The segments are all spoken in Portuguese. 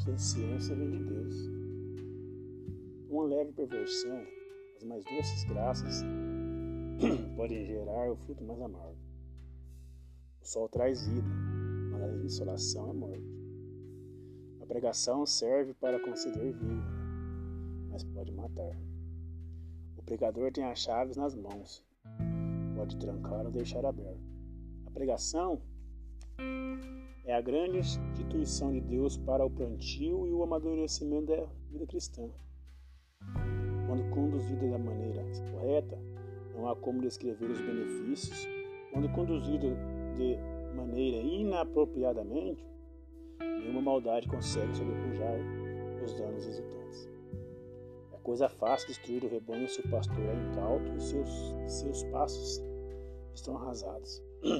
suficiência vem de Deus. Uma leve perversão, as mais doces graças podem gerar o fruto mais amargo. O sol traz vida, mas a insolação é morte. A pregação serve para conceder vida, mas pode matar. O pregador tem as chaves nas mãos, pode trancar ou deixar aberto. A pregação é a grande instituição de Deus para o plantio e o amadurecimento da vida cristã. Quando conduzida da maneira correta, não há como descrever os benefícios. Quando conduzido de maneira inapropriadamente, nenhuma maldade consegue sobrepujar os danos resultantes. É coisa fácil destruir o rebanho se o pastor é incauto e seus passos estão arrasados.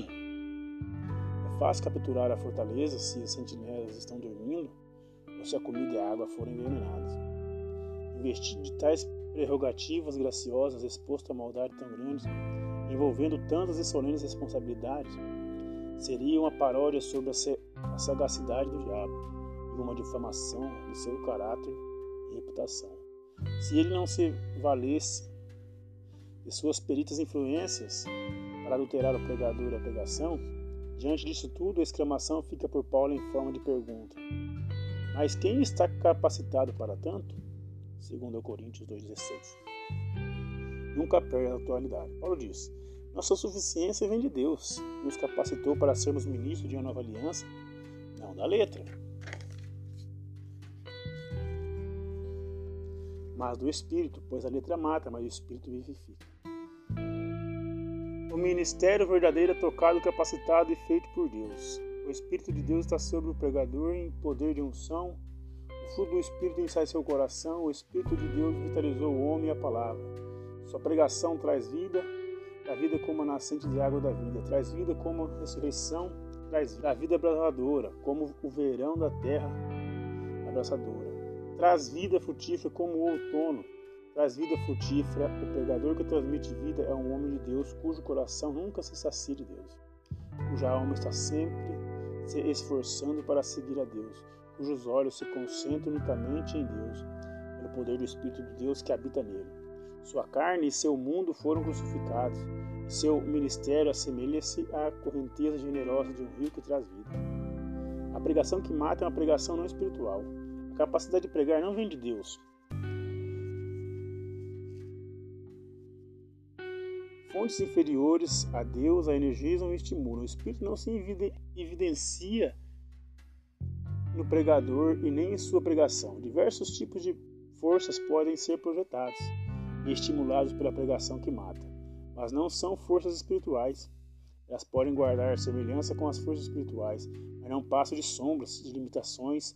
É fácil capturar a fortaleza se as sentinelas estão dormindo ou se a comida e a água forem envenenadas. Investido de tais prerrogativas graciosas, exposto a maldade tão grande, envolvendo tantas e solenes responsabilidades, seria uma paródia sobre a sagacidade do diabo e uma difamação de seu caráter e reputação. Se ele não se valesse de suas peritas influências para adulterar o pregador e a pregação, diante disso tudo, a exclamação fica por Paulo em forma de pergunta: mas quem está capacitado para tanto? 2 Coríntios 2,16. Nunca perde a atualidade. Paulo diz: nossa suficiência vem de Deus, que nos capacitou para sermos ministros de uma nova aliança, não da letra, mas do Espírito, pois a letra mata, mas o Espírito vivifica. O ministério verdadeiro é tocado, capacitado e feito por Deus. O Espírito de Deus está sobre o pregador em poder de unção. O fruto do Espírito enche seu coração. O Espírito de Deus vitalizou o homem e a palavra. Sua pregação traz vida, a vida como a nascente de água da vida. Traz vida como a ressurreição, traz a vida abrasadora, como o verão da terra abrasadora. Traz vida frutífera como o outono. Traz vida frutífera. O pregador que transmite vida é um homem de Deus, cujo coração nunca se sacia de Deus, cuja alma está sempre se esforçando para seguir a Deus, cujos olhos se concentram unicamente em Deus, pelo poder do Espírito de Deus que habita nele. Sua carne e seu mundo foram crucificados, e seu ministério assemelha-se à correnteza generosa de um rio que traz vida. A pregação que mata é uma pregação não espiritual. A capacidade de pregar não vem de Deus. Fontes inferiores a Deus a energizam e estimulam. O Espírito não se evidencia no pregador e nem em sua pregação. Diversos tipos de forças podem ser projetados e estimulados pela pregação que mata, mas não são forças espirituais. Elas podem guardar semelhança com as forças espirituais, mas não passam de sombras, de limitações.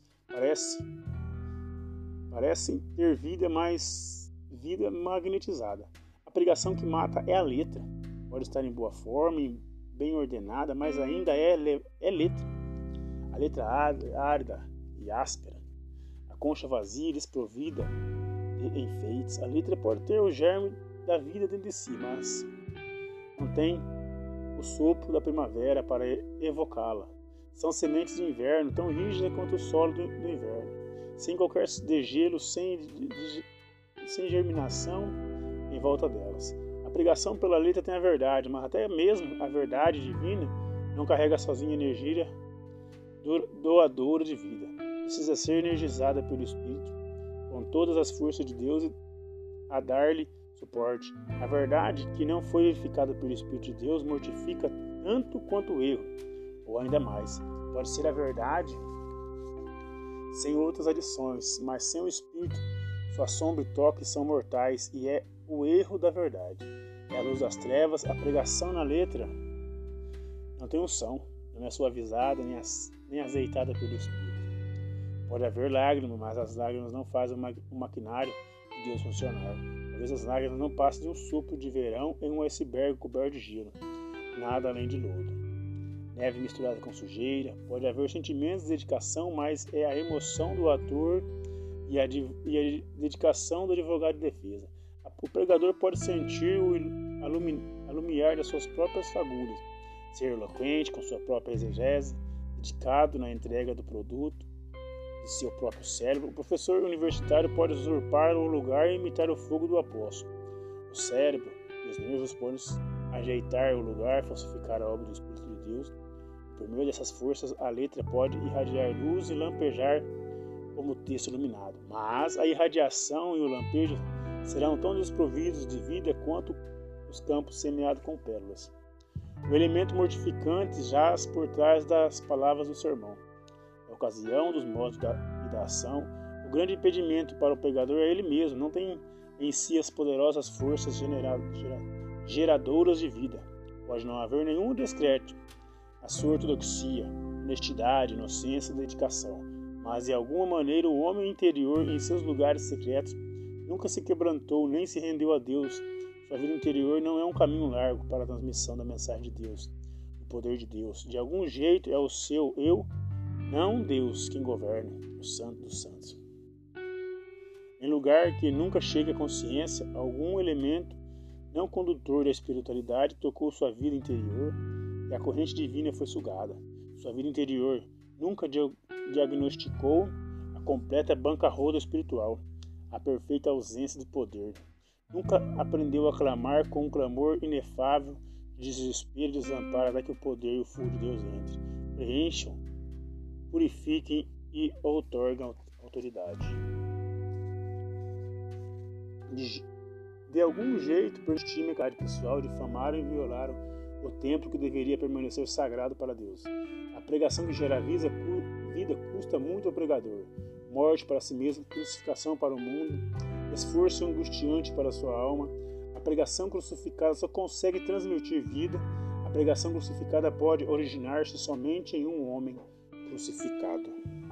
Parecem ter vida, mas vida magnetizada. A pregação que mata é a letra. Pode estar em boa forma, bem ordenada, mas ainda é letra. A letra árida e áspera. A concha vazia e desprovida de enfeites. A letra pode ter o germe da vida dentro de si, mas não tem o sopro da primavera para evocá-la. São sementes de inverno, tão rígidas quanto o solo do inverno, sem qualquer degelo, sem germinação em volta delas. A pregação pela letra tem a verdade, mas até mesmo a verdade divina não carrega sozinha energia doadora de vida. Precisa ser energizada pelo Espírito, com todas as forças de Deus a dar-lhe suporte. A verdade que não foi edificada pelo Espírito de Deus mortifica tanto quanto o erro, ou ainda mais. Pode ser a verdade sem outras adições, mas sem o Espírito, sua sombra e toque são mortais, e é o erro da verdade. É a luz das trevas. A pregação na letra não tem unção, não é suavizada nem azeitada pelo Espírito. Pode haver lágrimas, mas as lágrimas não fazem o maquinário de Deus funcionar. Talvez as lágrimas não passem de um sopro de verão em um iceberg coberto de gelo, nada além de lodo. Neve misturada com sujeira. Pode haver sentimentos de dedicação, mas é a emoção do ator e a dedicação do advogado de defesa. O pregador pode sentir o alumiar das suas próprias fagulhas, ser eloquente com sua própria exegese, dedicado na entrega do produto de seu próprio cérebro, o professor universitário pode usurpar o lugar e imitar o fogo do apóstolo. O cérebro e os nervos podem ajeitar o lugar, falsificar a obra do Espírito de Deus. Por meio dessas forças, a letra pode irradiar luz e lampejar como texto iluminado. Mas a irradiação e o lampejo serão tão desprovidos de vida quanto os campos semeados com pérolas. O elemento mortificante jaz por trás das palavras do sermão. A ocasião dos modos e da ação, o grande impedimento para o pregador é ele mesmo, não tem em si as poderosas forças geradoras de vida. Pode não haver nenhum descrédito, a sua ortodoxia, honestidade, inocência e dedicação, mas de alguma maneira o homem interior em seus lugares secretos nunca se quebrantou nem se rendeu a Deus. Sua vida interior não é um caminho largo para a transmissão da mensagem de Deus, do poder de Deus. De algum jeito é o seu eu, não Deus, quem governa, o Santo dos Santos. Em lugar que nunca chegue à consciência, algum elemento não condutor da espiritualidade tocou sua vida interior e a corrente divina foi sugada. Sua vida interior nunca diagnosticou a completa bancarrota espiritual, a perfeita ausência de poder. Nunca aprendeu a clamar com um clamor inefável de desespero e desamparo até que o poder e o fogo de Deus entre, preencham, purifiquem e outorgam autoridade. De algum jeito, por estima pessoal, difamaram e violaram o templo que deveria permanecer sagrado para Deus. A pregação que gera vida custa muito ao pregador. Morte para si mesmo, crucificação para o mundo, esforço angustiante para a sua alma. A pregação crucificada só consegue transmitir vida. A pregação crucificada pode originar-se somente em um homem crucificado.